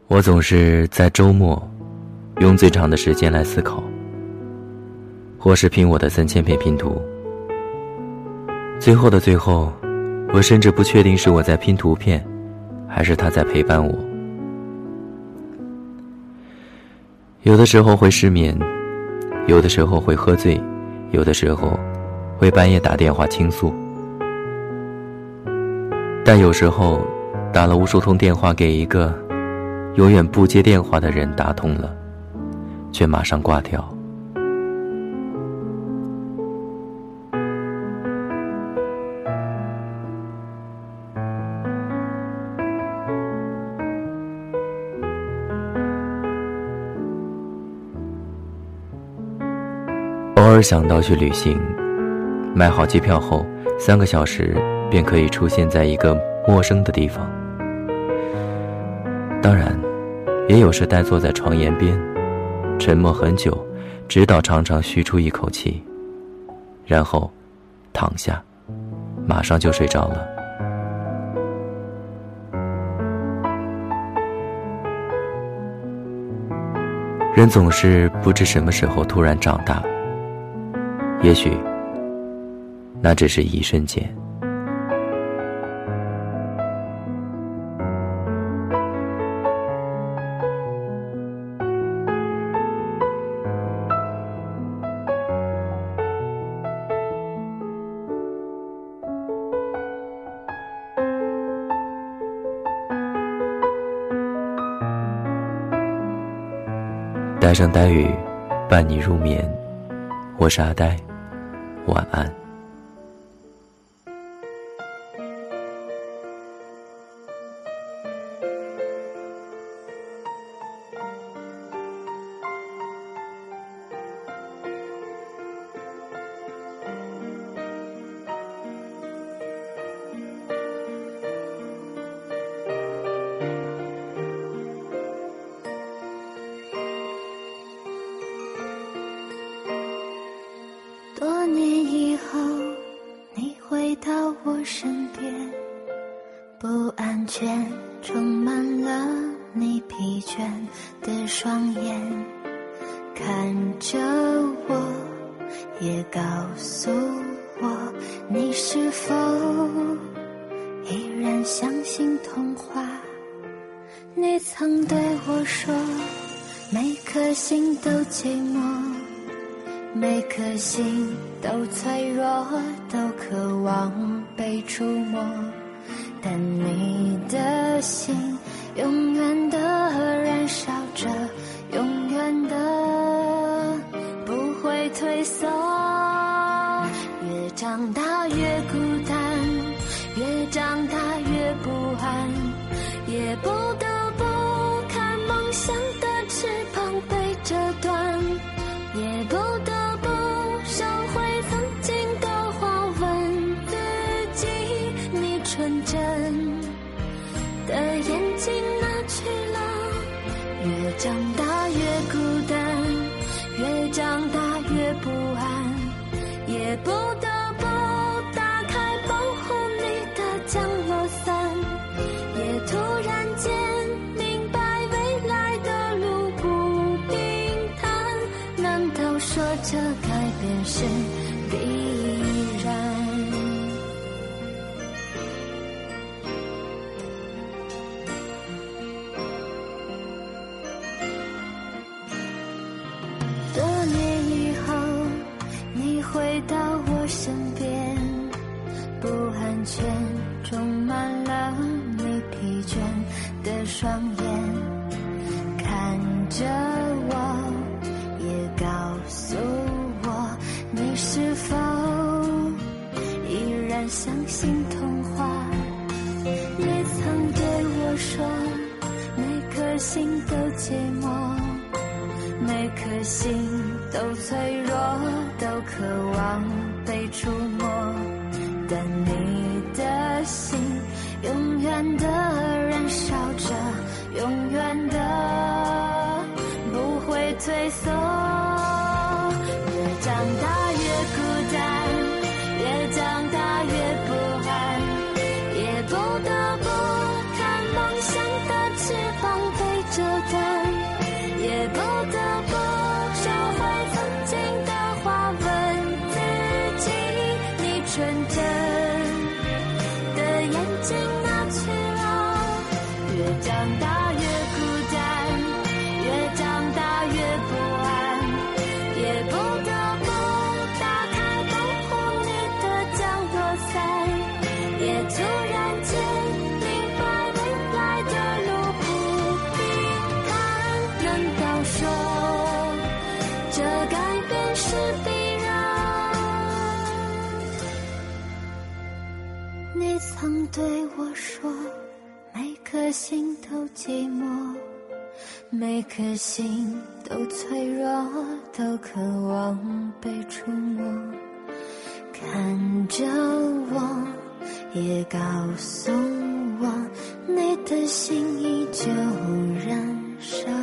我总是在周末用最长的时间来思考，或是拼我的3000片拼图。最后的最后，我甚至不确定是我在拼图片，还是他在陪伴我。有的时候会失眠，有的时候会喝醉，有的时候会半夜打电话倾诉。但有时候打了无数通电话给一个永远不接电话的人打通了，却马上挂掉。偶尔想到去旅行，买好机票后3个小时便可以出现在一个陌生的地方。当然也有时呆坐在床沿边，沉默很久，直到长长吁出一口气，然后躺下，马上就睡着了。人总是不知什么时候突然长大，也许那只是一瞬间。带上呆语，伴你入眠。我是阿呆，晚安。 多年以后，你回到我身边，不安全充满了你疲倦的双眼，看着我，也告诉我，你是否依然相信童话？你曾对我说，每颗心都寂寞，每颗心都脆弱，都渴望被触摸，但你的心永远的燃烧着，永远的不会退缩。越长大越孤单，越长大越不安，也不得不看梦想的翅膀被折断，也不得不收回曾经的话，问自己，你纯真的眼睛哪去了？越长大越孤单，越长大越不安，也不得不打开保护你的降落伞，也突然间明白未来的路不平坦，难道说这改变是必然？多年以后，你回到我身边，不安全充满了你疲倦的双眼，看着我，也告诉我，你是否依然相信童话？你曾对我说，每颗心都寂寞，每颗心都脆弱，都渴望被触摸，但你的心永远的燃烧着，永远的不会退缩。越长大越孤单，越长大越不安，也不得不看梦想的翅膀被折对我说，每颗心都寂寞，每颗心都脆弱，都渴望被触摸。看着我，也告诉我，你的心依旧燃烧。